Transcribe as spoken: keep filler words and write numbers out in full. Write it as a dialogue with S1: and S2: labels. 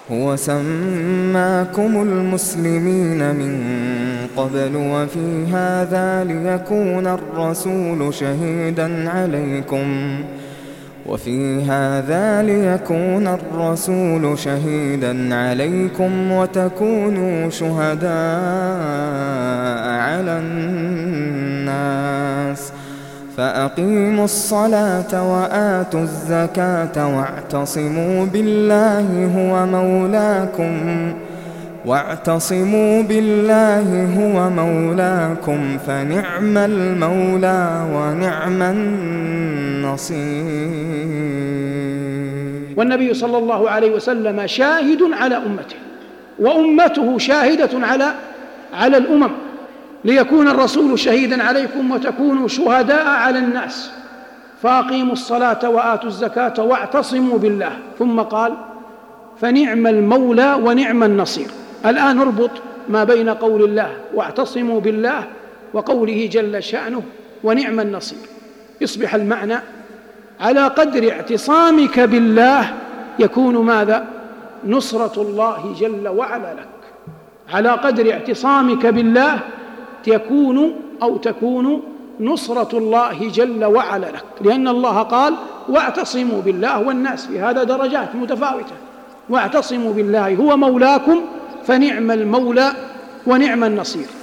S1: هو سماكم المسلمين من قبل وفي هذا ليكون الرسول شهيدا عليكم وفي هذا ليكون الرسول شهيدا عليكم وتكونوا شهداء على الناس فأقيموا الصلاة وآتوا الزكاة واعتصموا بالله هو مولاكم واعتصموا بالله هو مولاكم فنعم المولى ونعم النصير.
S2: والنبي صلى الله عليه وسلم شاهد على أمته، وأمته شاهدة على على الأمم، ليكون الرسول شهيدا عليكم وتكونوا شهداء على الناس فأقيموا الصلاة وآتوا الزكاة واعتصموا بالله، ثم قال فنعم المولى ونعم النصير. الآن نربط ما بين قول الله واعتصموا بالله وقوله جل شأنه ونعم النصير، يصبح المعنى على قدر اعتصامك بالله يكون ماذا؟ نصرة الله جل وعلا لك. على قدر اعتصامك بالله يكون أو تكون نصرة الله جل وعلا لك، لأن الله قال واعتصموا بالله، والناس في هذا درجات متفاوتة. واعتصموا بالله هو مولاكم فنعم المولى ونعم النصير.